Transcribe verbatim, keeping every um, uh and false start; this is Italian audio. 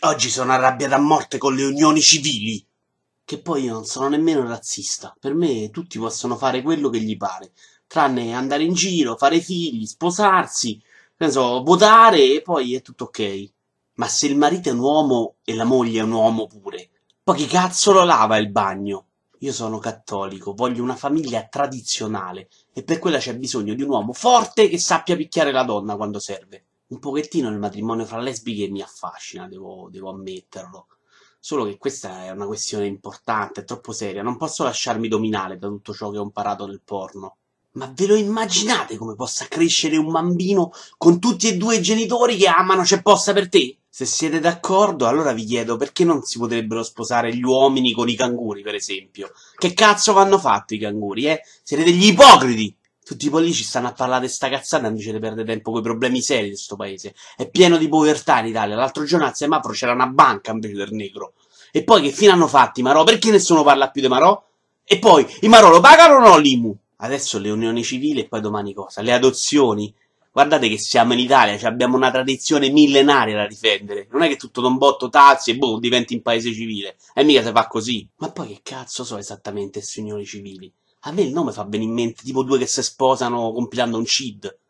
Oggi sono arrabbiato a morte con le unioni civili. Che poi io non sono nemmeno razzista. Per me tutti possono fare quello che gli pare. Tranne andare in giro, fare figli, sposarsi, che ne so, votare e poi è tutto ok. Ma se il marito è un uomo e la moglie è un uomo pure, poi chi cazzo lo lava il bagno? Io sono cattolico, voglio una famiglia tradizionale e per quella c'è bisogno di un uomo forte che sappia picchiare la donna quando serve. Un pochettino il matrimonio fra lesbiche mi affascina, devo, devo ammetterlo. Solo che questa è una questione importante, è troppo seria, non posso lasciarmi dominare da tutto ciò che ho imparato nel porno. Ma ve lo immaginate come possa crescere un bambino con tutti e due i genitori che amano C'è posta per te? Se siete d'accordo, allora vi chiedo perché non si potrebbero sposare gli uomini con i canguri, per esempio. Che cazzo vanno fatti i canguri, eh? Siete degli ipocriti! Tutti i politici stanno a parlare di sta cazzata invece di perdere tempo coi problemi seri di sto paese. È pieno di povertà in Italia. L'altro giorno a Semaforo c'era una banca invece del negro. E poi che fine hanno fatti i Marò? Perché nessuno parla più dei Marò? E poi, i Marò lo pagano o no l'I M U? Adesso le unioni civili e poi domani cosa? Le adozioni? Guardate che siamo in Italia, cioè abbiamo una tradizione millenaria da difendere. Non è che tutto d'un botto tazi e boh, diventi un paese civile. E mica si fa così. Ma poi che cazzo so esattamente queste unioni civili? A me il nome fa venire in mente tipo due che si sposano compilando un C I D.